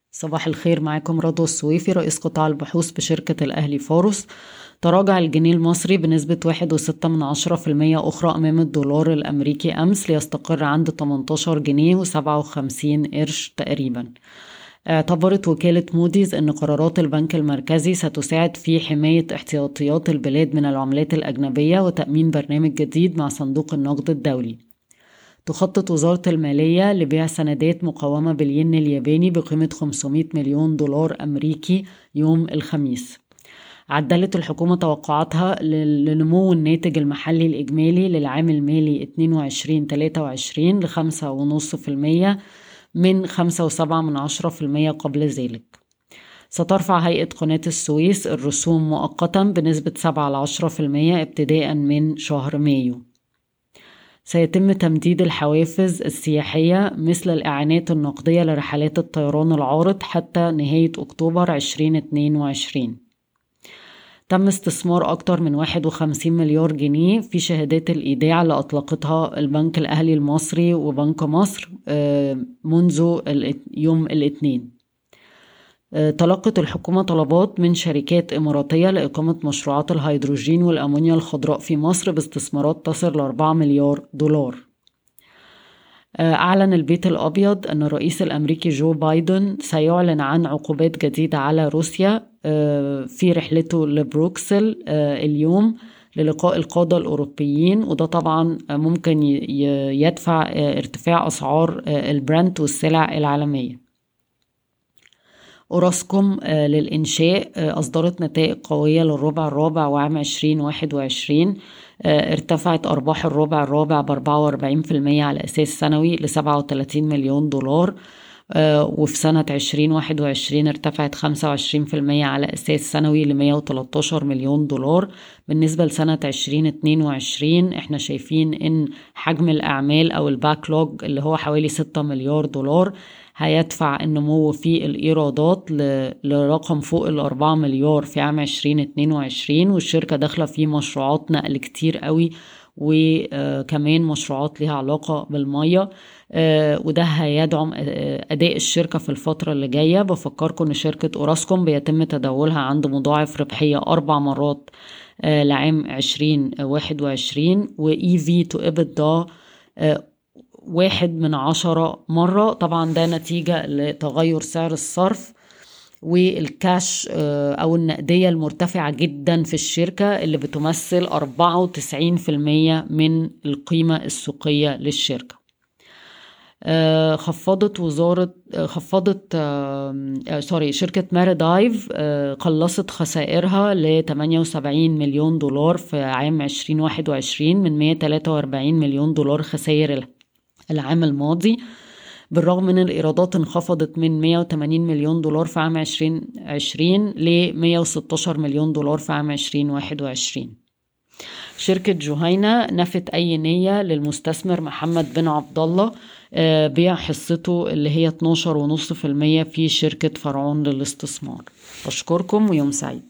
صباح الخير، معاكم رضوى السويفي رئيس قطاع البحوث بشركة الأهلي فورس. تراجع الجنيه المصري بنسبة 1.6% أخرى أمام الدولار الأمريكي أمس ليستقر عند 18 جنيه و57 قرش تقريبا. اعتبرت وكالة موديز أن قرارات البنك المركزي ستساعد في حماية احتياطيات البلاد من العملات الأجنبية وتأمين برنامج جديد مع صندوق النقد الدولي. تخطط وزارة المالية لبيع سندات مقاومة بالين الياباني بقيمة 500 مليون دولار أمريكي يوم الخميس. عدلت الحكومة توقعاتها لنمو الناتج المحلي الإجمالي للعام المالي 22-23 ل5.5% من 5.7% قبل ذلك. سترفع هيئة قناة السويس الرسوم مؤقتا بنسبة 7-10% ابتداء من شهر مايو. سيتم تمديد الحوافز السياحية مثل الإعانات النقدية لرحلات الطيران العارض حتى نهاية أكتوبر 2022. تم استثمار أكثر من 51 مليار جنيه في شهادات الإيداع اللي أطلقتها البنك الأهلي المصري وبنك مصر منذ يوم الاثنين. تلقت الحكومة طلبات من شركات إماراتية لإقامة مشروعات الهيدروجين والأمونيا الخضراء في مصر باستثمارات تصل ل4 مليار دولار. أعلن البيت الأبيض أن الرئيس الأمريكي جو بايدن سيعلن عن عقوبات جديدة على روسيا في رحلته لبروكسل اليوم للقاء القادة الأوروبيين، وده طبعا ممكن يدفع ارتفاع أسعار البرنت والسلع العالمية. أوراسكوم للإنشاء أصدرت نتائج قوية للربع الرابع وعام 2021. ارتفعت أرباح الربع الرابع ب44% على أساس سنوي ل37 مليون دولار، وفي سنة 2021 ارتفعت 25% على أساس سنوي ل113 مليون دولار. بالنسبة لسنة 2022 احنا شايفين ان حجم الأعمال أو الباكلوج اللي هو حوالي 6 مليار دولار هيدفع النمو في الإيرادات لرقم فوق 4 مليار في عام 2022. والشركة داخلة في مشروعات نقل كتير قوي وكمان مشروعات لها علاقة بالمية، وده هيدعم أداء الشركة في الفترة اللي جاية. بفكركم أن شركة أوراسكوم بيتم تداولها عند مضاعف ربحية 4 مرات لعام 2021 و EV to EBITDA 1/10 مرة. طبعا ده نتيجة لتغير سعر الصرف والكاش أو النقدية المرتفعة جدا في الشركة اللي بتمثل 94% من القيمة السوقية للشركة. شركة ماريدايف قلصت خسائرها ل 78 مليون دولار في عام 2021 من 143 مليون دولار خسائر العام الماضي، بالرغم من الإيرادات انخفضت من 180 مليون دولار في عام 2020 ل 116 مليون دولار في عام 2021. شركة جهينة نفت أي نية للمستثمر محمد بن عبد الله بيع حصته اللي هي 12.5% في شركة فرعون للاستثمار. أشكركم ويوم سعيد.